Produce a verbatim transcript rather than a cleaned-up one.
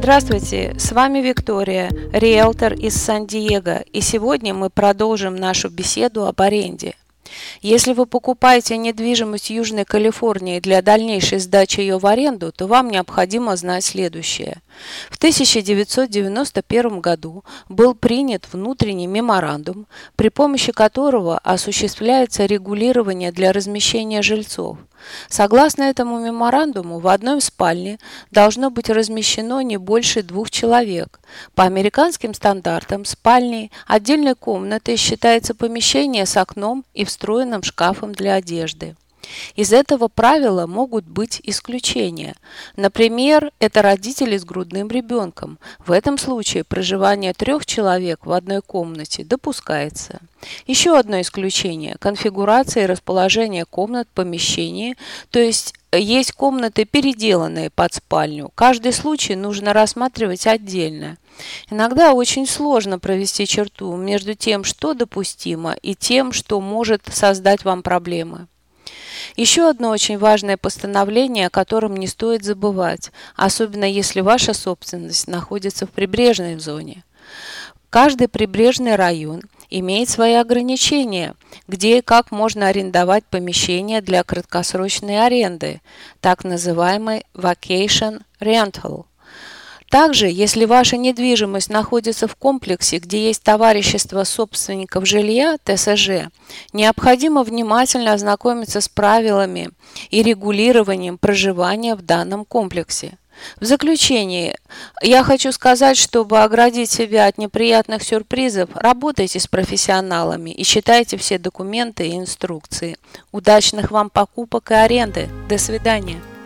Здравствуйте, с вами Виктория, риэлтор из Сан-Диего, и сегодня мы продолжим нашу беседу об аренде. Если вы покупаете недвижимость в Южной Калифорнии для дальнейшей сдачи ее в аренду, то вам необходимо знать следующее. В тысяча девятьсот девяносто первом году был принят внутренний меморандум, при помощи которого осуществляется регулирование для размещения жильцов. Согласно этому меморандуму, в одной спальне должно быть размещено не больше двух человек. По американским стандартам спальней отдельной комнатой считается помещение с окном и встроенным шкафом для одежды. Из этого правила могут быть исключения. Например, это родители с грудным ребенком. В этом случае проживание трех человек в одной комнате допускается. Еще одно исключение – конфигурация и расположение комнат в помещении, то есть есть комнаты, переделанные под спальню. Каждый случай нужно рассматривать отдельно. Иногда очень сложно провести черту между тем, что допустимо, и тем, что может создать вам проблемы. Еще одно очень важное постановление, о котором не стоит забывать, особенно если ваша собственность находится в прибрежной зоне. Каждый прибрежный район имеет свои ограничения, где и как можно арендовать помещения для краткосрочной аренды, так называемый vacation rental. Также, если ваша недвижимость находится в комплексе, где есть товарищество собственников жилья, тэ эс жэ, необходимо внимательно ознакомиться с правилами и регулированием проживания в данном комплексе. В заключение, я хочу сказать, чтобы оградить себя от неприятных сюрпризов, работайте с профессионалами и читайте все документы и инструкции. Удачных вам покупок и аренды. До свидания.